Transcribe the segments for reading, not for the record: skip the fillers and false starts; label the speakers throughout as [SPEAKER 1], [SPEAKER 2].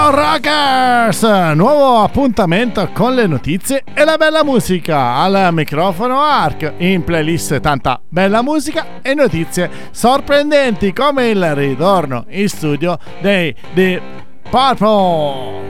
[SPEAKER 1] Ciao Rockers! Nuovo appuntamento con le notizie e la bella musica. Al microfono Ark, in playlist tanta bella musica e notizie sorprendenti come il ritorno in studio dei Deep Purple.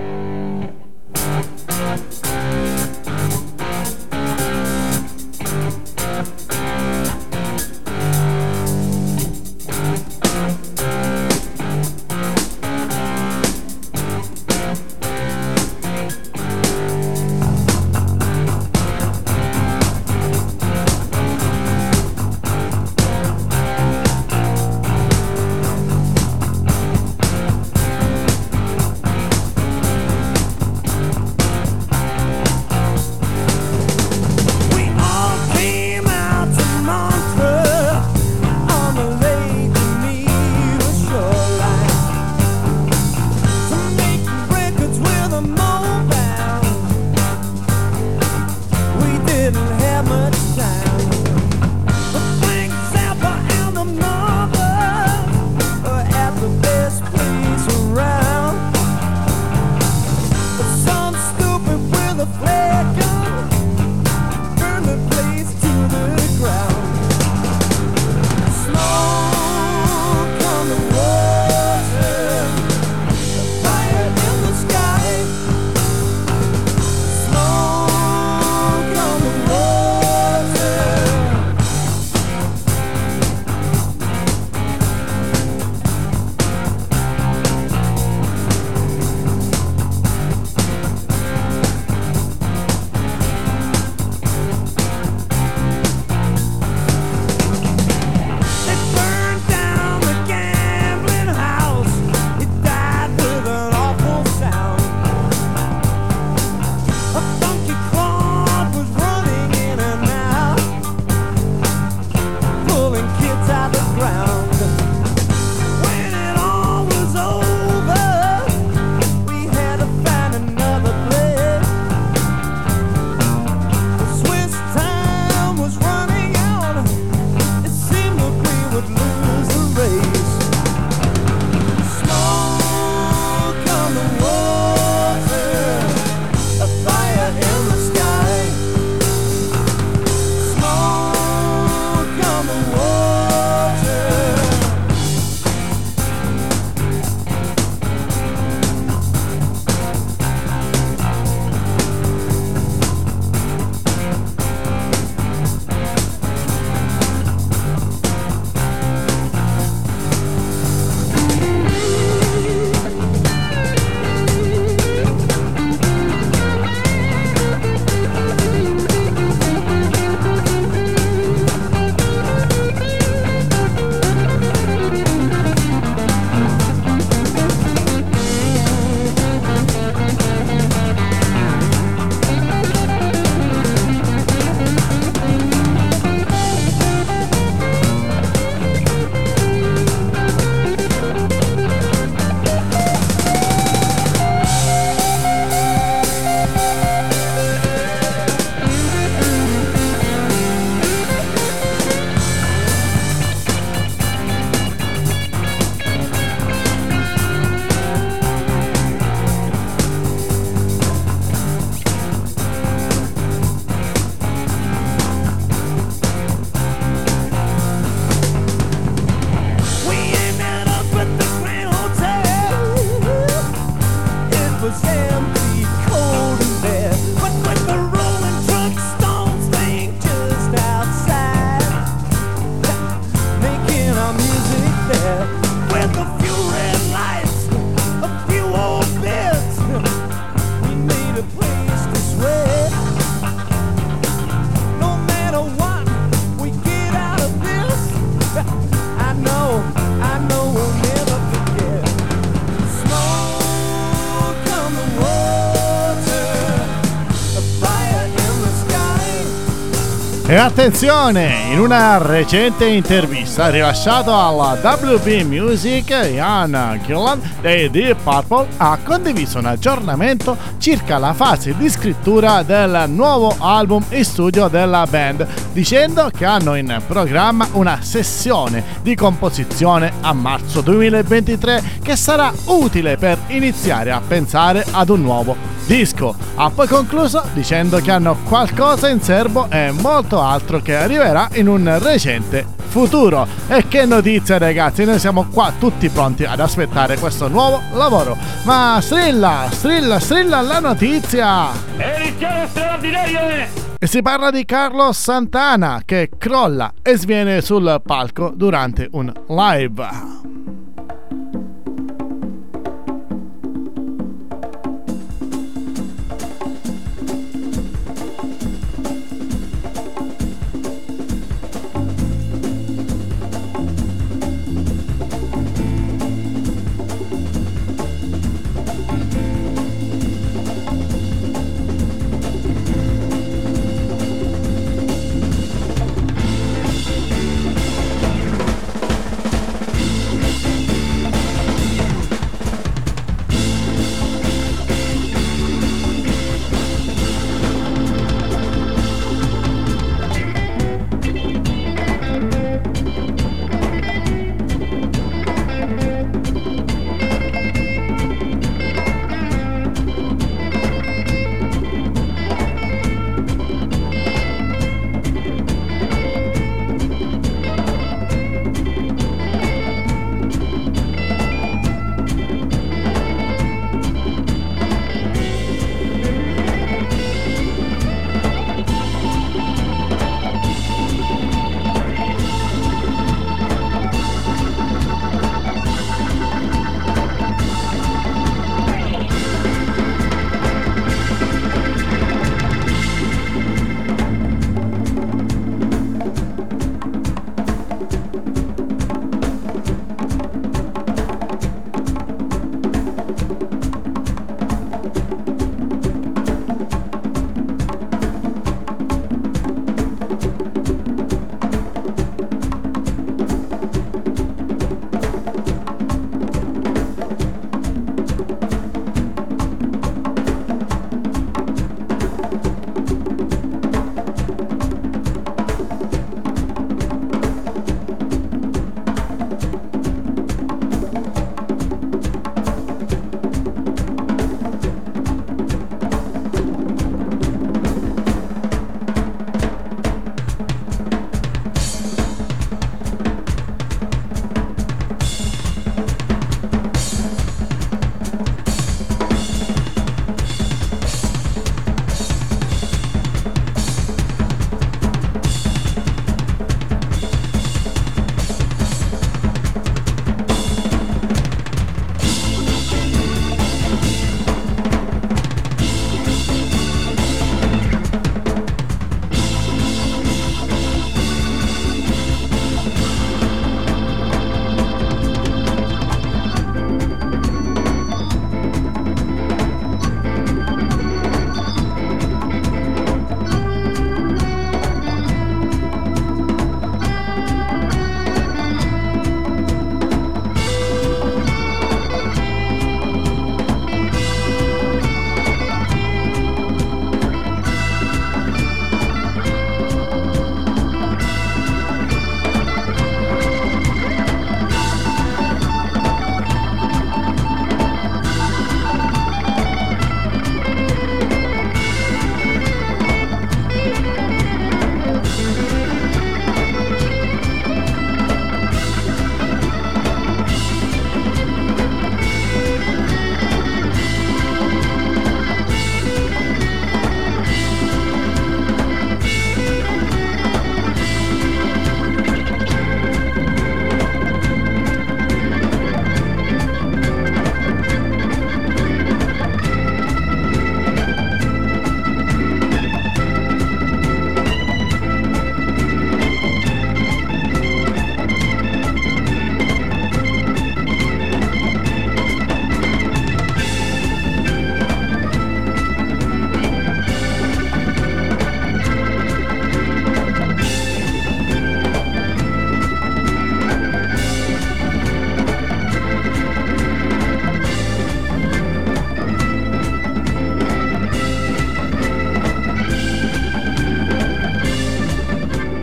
[SPEAKER 1] E attenzione, in una recente intervista rilasciata alla WB Music, Ian Gillan dei Deep Purple ha condiviso un aggiornamento circa la fase di scrittura del nuovo album in studio della band, dicendo che hanno in programma una sessione di composizione a marzo 2023 che sarà utile per iniziare a pensare ad un nuovo disco. Ha poi concluso dicendo che hanno qualcosa in serbo e molto altro che arriverà in un recente futuro. E che notizia, ragazzi, noi siamo qua tutti pronti ad aspettare questo nuovo lavoro. Ma strilla la notizia!
[SPEAKER 2] Edizione straordinaria!
[SPEAKER 1] E si parla di Carlos Santana che crolla e sviene sul palco durante un live.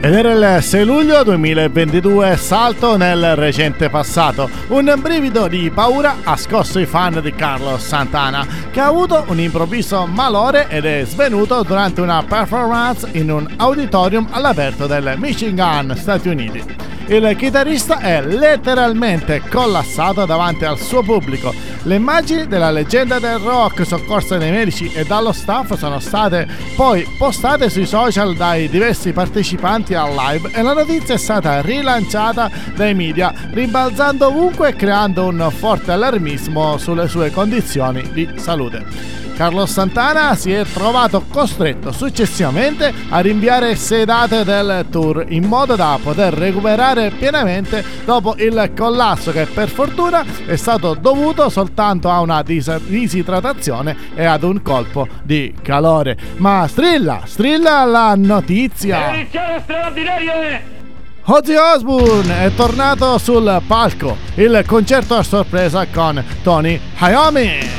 [SPEAKER 1] Ed era il 6 luglio 2022, salto nel recente passato. Un brivido di paura ha scosso i fan di Carlos Santana, che ha avuto un improvviso malore ed è svenuto durante una performance in un auditorium all'aperto del Michigan, Stati Uniti. Il chitarrista è letteralmente collassato davanti al suo pubblico. Le immagini della leggenda del rock, soccorse dai medici e dallo staff, sono state poi postate sui social dai diversi partecipanti al live e la notizia è stata rilanciata dai media, rimbalzando ovunque e creando un forte allarmismo sulle sue condizioni di salute. Carlos Santana si è trovato costretto successivamente a rinviare 6 date del tour in modo da poter recuperare pienamente dopo il collasso che per fortuna è stato dovuto soltanto a una disidratazione e ad un colpo di calore. Ma strilla la notizia!
[SPEAKER 2] Edizione straordinaria di
[SPEAKER 1] Ozzy Osbourne è tornato sul palco, il concerto a sorpresa con Tony Iommi.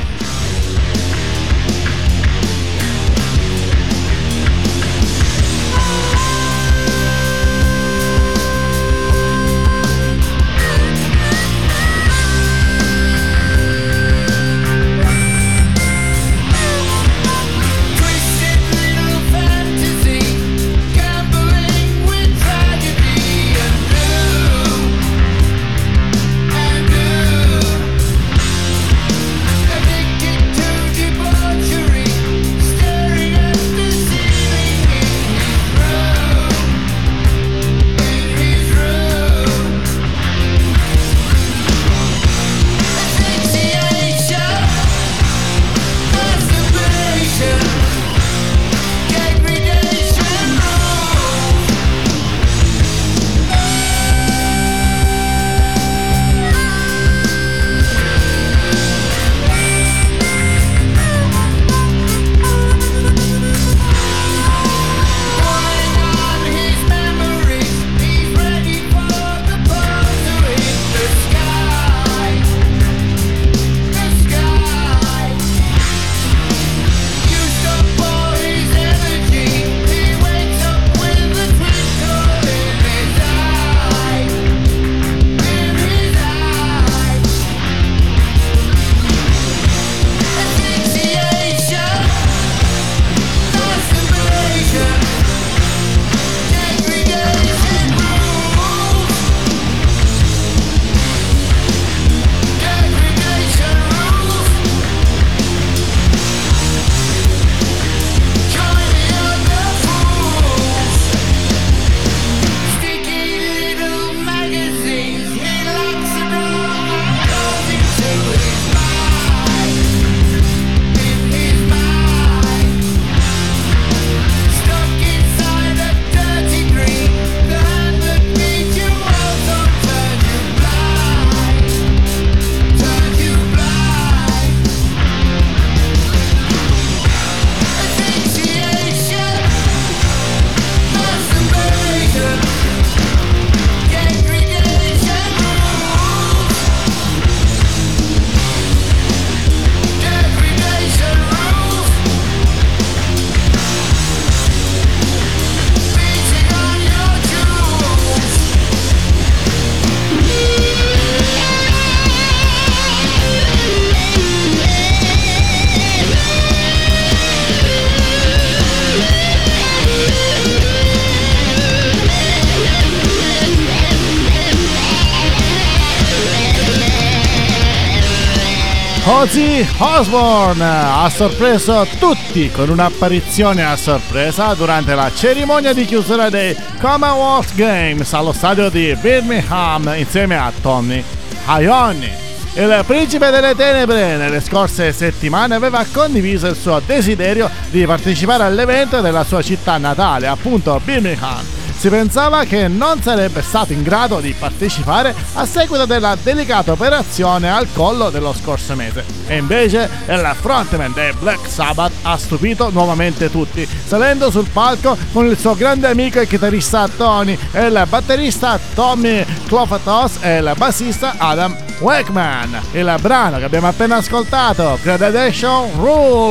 [SPEAKER 1] Ozzy Osbourne ha sorpreso tutti con un'apparizione a sorpresa durante la cerimonia di chiusura dei Commonwealth Games allo stadio di Birmingham insieme a Tony Iommi. Il principe delle tenebre nelle scorse settimane aveva condiviso il suo desiderio di partecipare all'evento della sua città natale, appunto Birmingham. Si pensava che non sarebbe stato in grado di partecipare a seguito della delicata operazione al collo dello scorso mese. E invece il frontman dei Black Sabbath ha stupito nuovamente tutti, salendo sul palco con il suo grande amico e chitarrista Tony, il batterista Tommy Klofatos e il bassista Adam Wakeman. Il brano che abbiamo appena ascoltato, Gradation Rule,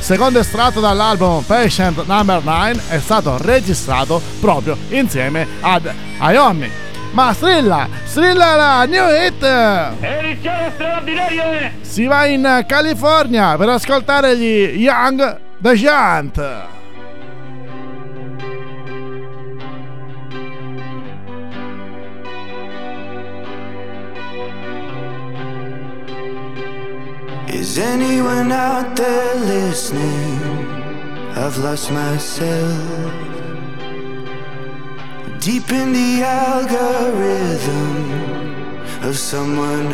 [SPEAKER 1] secondo estratto dall'album Patient Number 9, è stato registrato proprio insieme ad Iommi. Ma strilla la new hit!
[SPEAKER 2] Edizione straordinaria!
[SPEAKER 1] Si va in California per ascoltare gli Young the Giant.
[SPEAKER 3] Is anyone out there listening? I've lost myself deep in the algorithm of someone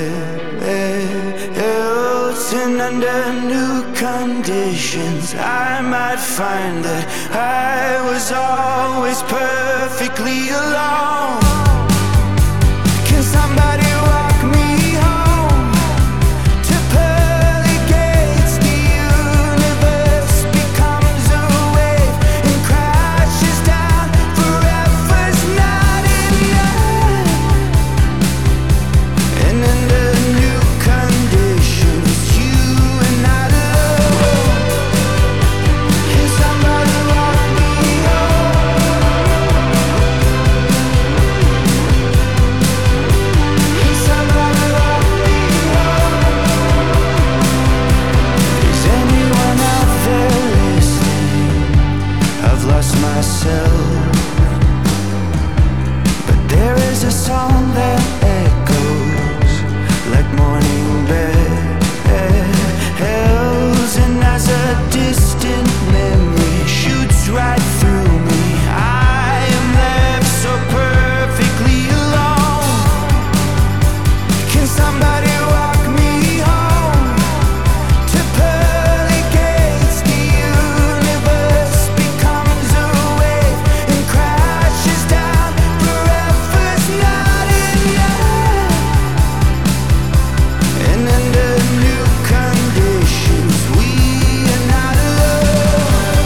[SPEAKER 3] else, and under new conditions I might find that I was always perfectly alone. Can somebody walk me home to pearly gates? The universe becomes a wave and crashes down. Forever's not enough, and under new conditions you and I alone. Can somebody walk me home? Can somebody walk me home? Is anyone out there listening? I've lost myself, but there is a song that echoes like morning bells, and as a distant memory shoots right through me, I am left so perfectly alone. Can somebody walk me home to pearly gates? The universe becomes a wave and crashes down. Forever's not enough, and under new conditions we are not alone.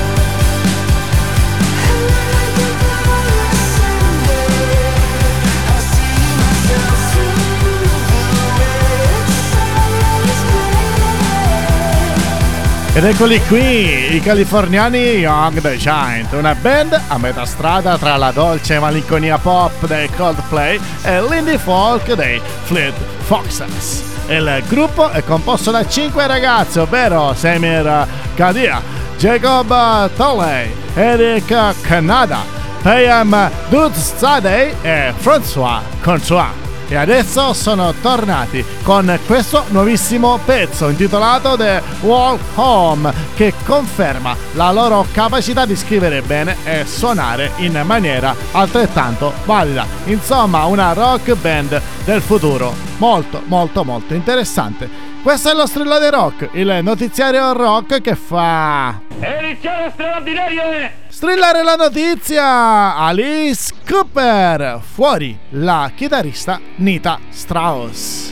[SPEAKER 3] And when I get by Sunday, I see myself through the red sunrise glare.
[SPEAKER 1] Ed eccoli qui, i californiani Young the Giant, una band a metà strada tra la dolce malinconia pop dei Coldplay e l'indie folk dei Fleet Foxes. Il gruppo è composto da 5 ragazzi, ovvero Samir Kadia, Jacob Tolley, Eric Canada, Payam Dutzdadeh e François Conchois. E adesso sono tornati con questo nuovissimo pezzo intitolato The Walk Home, che conferma la loro capacità di scrivere bene e suonare in maniera altrettanto valida. Insomma, una rock band del futuro molto molto molto interessante. Questo è lo Strillo dei Rock, il notiziario rock che fa
[SPEAKER 2] Edizione straordinaria!
[SPEAKER 1] strillare la notizia. Alice Cooper, fuori la chitarrista Nita Strauss.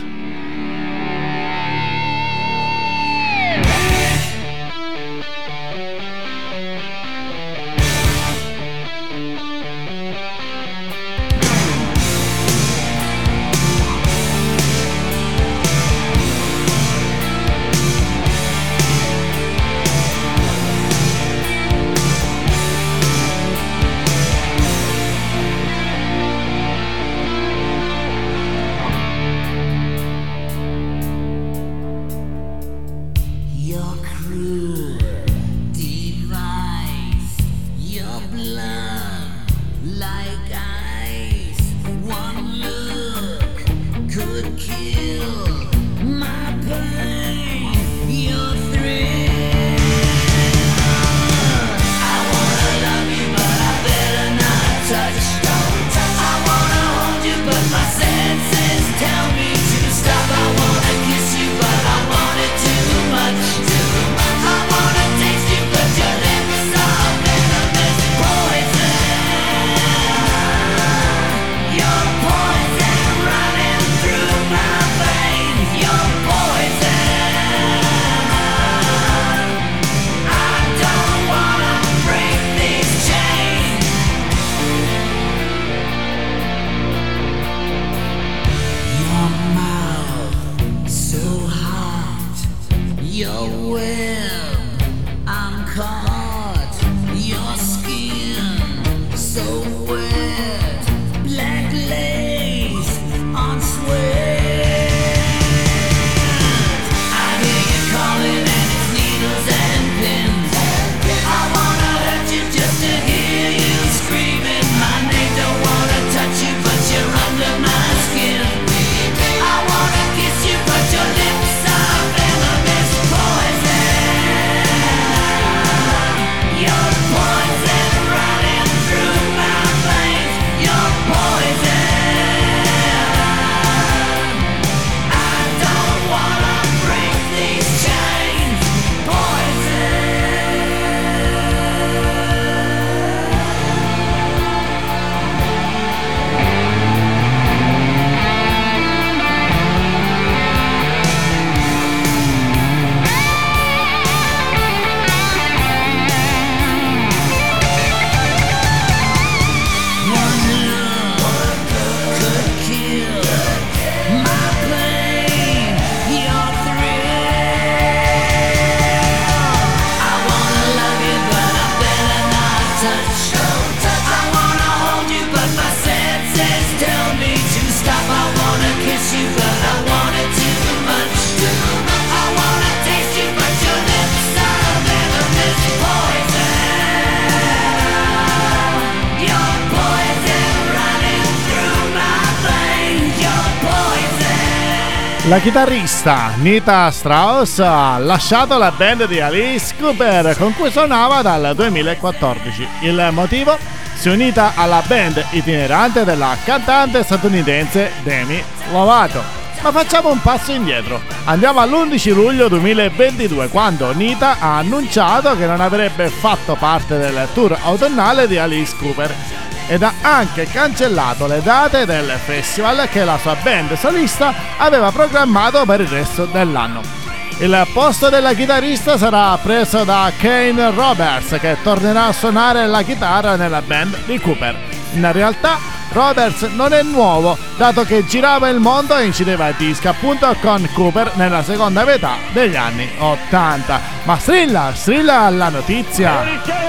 [SPEAKER 1] La chitarrista Nita Strauss ha lasciato la band di Alice Cooper con cui suonava dal 2014. Il motivo? Si è unita alla band itinerante della cantante statunitense Demi Lovato. Ma facciamo un passo indietro. Andiamo all'11 luglio 2022, quando Nita ha annunciato che non avrebbe fatto parte del tour autunnale di Alice Cooper ed ha anche cancellato le date del festival che la sua band solista aveva programmato per il resto dell'anno. Il posto della chitarrista sarà preso da Kane Roberts, che tornerà a suonare la chitarra nella band di Cooper. In realtà Roberts non è nuovo, dato che girava il mondo e incideva dischi appunto con Cooper nella seconda metà degli anni 80. Ma strilla la notizia!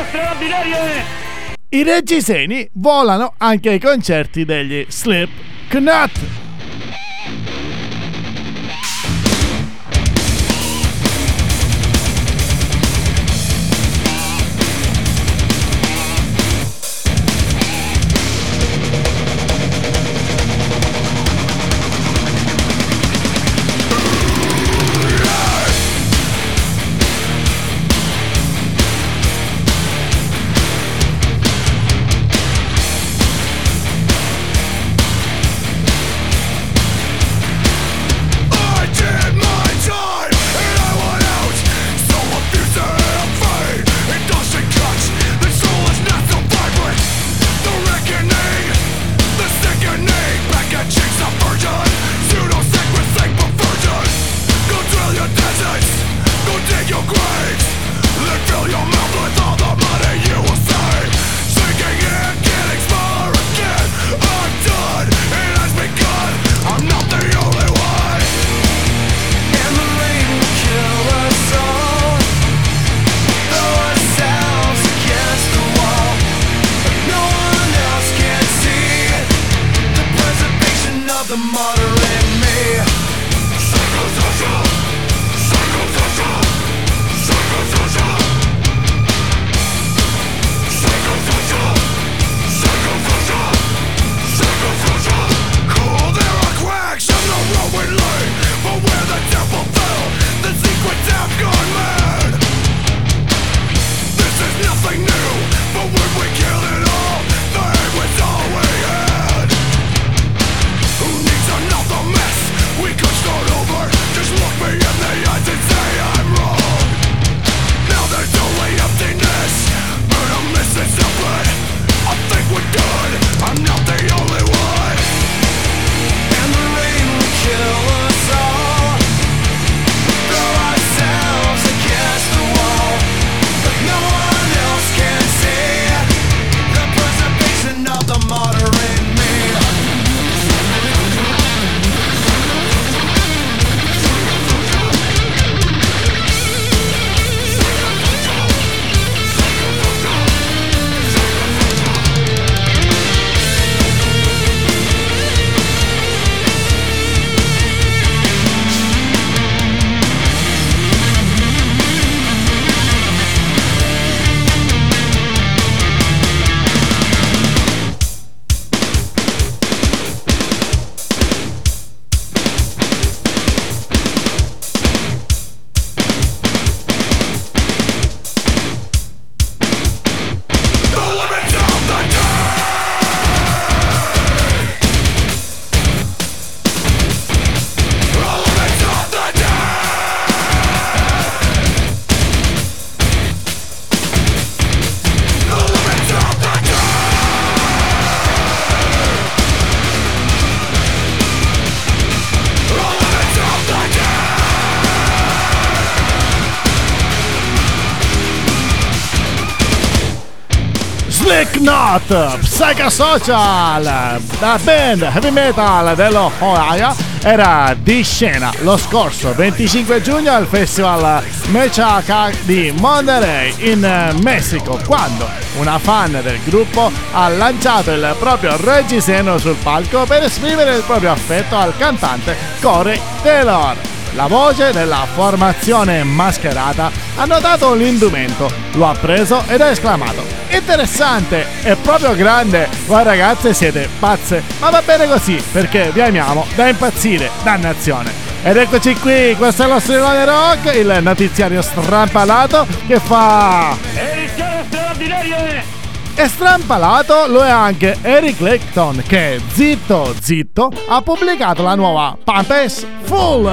[SPEAKER 1] I reggiseni volano anche ai concerti degli Slipknot. Slipknot, Psychosocial, la band heavy metal dell'Ohio, era di scena lo scorso 25 giugno al festival Mechaca di Monterrey in Messico, quando una fan del gruppo ha lanciato il proprio reggiseno sul palco per esprimere il proprio affetto al cantante Corey Taylor. La voce della formazione mascherata ha notato l'indumento, lo ha preso ed ha esclamato: interessante, è proprio grande, voi ragazze siete pazze, ma va bene così perché vi amiamo da impazzire, dannazione. Ed eccoci qui, questo è lo Striscione Rock, il notiziario strampalato che fa...
[SPEAKER 2] Edizione straordinaria!
[SPEAKER 1] E strampalato lo è anche Eric Clapton che, zitto zitto, ha pubblicato la nuova Pampers Full!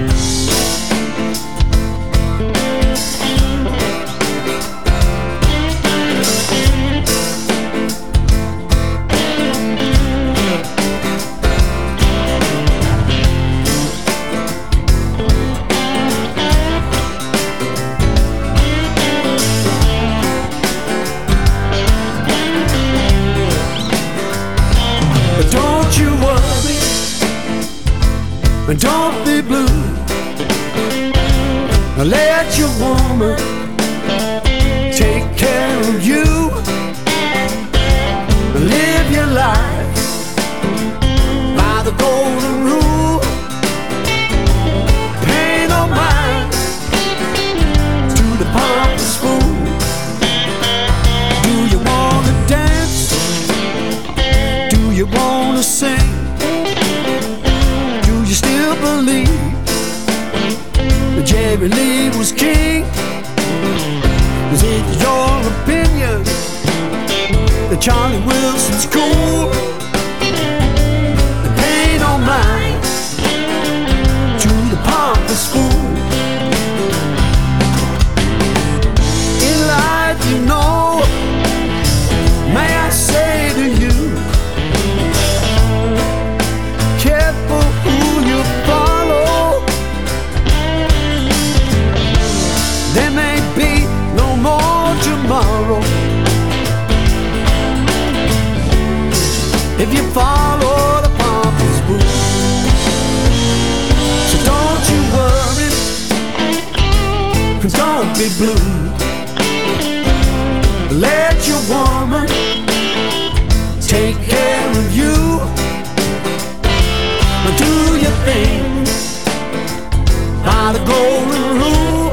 [SPEAKER 3] Don't be blue. Let your woman take care of you. Live your life by the golden rule. Pay no mind to the pompous fool. Do you wanna dance? Do you wanna sing? You still believe that Jerry Lee was king? Is it your opinion that Charlie Wilson's cool? And pay no mind to the pompous fool. In life, you know, may I say to you, careful who you follow. There may be no more tomorrow if you follow the pompous fool. So don't you worry, don't be blue. Let your woman take care of you. Do your thing by the golden rule.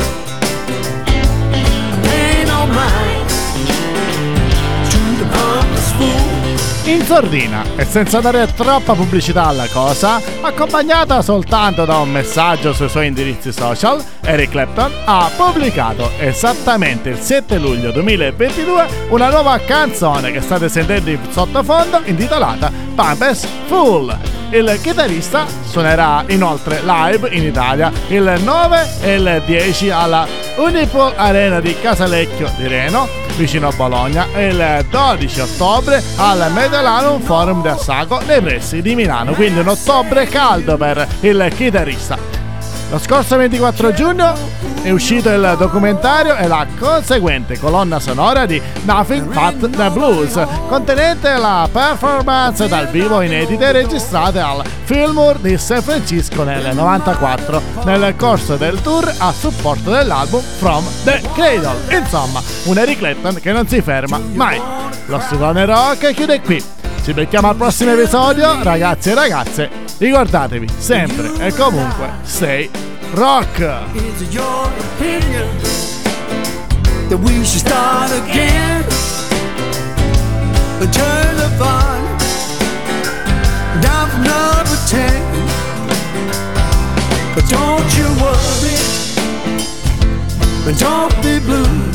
[SPEAKER 3] Pay no mind to the pompous fool.
[SPEAKER 1] In sordina e senza dare troppa pubblicità alla cosa, accompagnata soltanto da un messaggio sui suoi indirizzi social, Eric Clapton ha pubblicato esattamente il 7 luglio 2022 una nuova canzone che state sentendo in sottofondo intitolata Pampers Full. Il chitarrista suonerà inoltre live in Italia il 9 e il 10 alla Unipol Arena di Casalecchio di Reno, vicino a Bologna, e il 12 ottobre al Mediolanum Forum di Assago nei pressi di Milano, quindi un ottobre caldo per il chitarrista. Lo scorso 24 giugno è uscito il documentario e la conseguente colonna sonora di Nothing But The Blues, contenente la performance dal vivo inedite registrate al Fillmore di San Francisco nel 94 nel corso del tour a supporto dell'album From The Cradle. Insomma, un Eric Clapton che non si ferma mai. Lo Striscione Rock chiude qui. Ci becchiamo al prossimo episodio, ragazzi e ragazze. Ricordatevi sempre e comunque, stay rock!
[SPEAKER 3] Is it your opinion that we should start again? Turn the volume down from number 10. But don't you worry, don't be blue.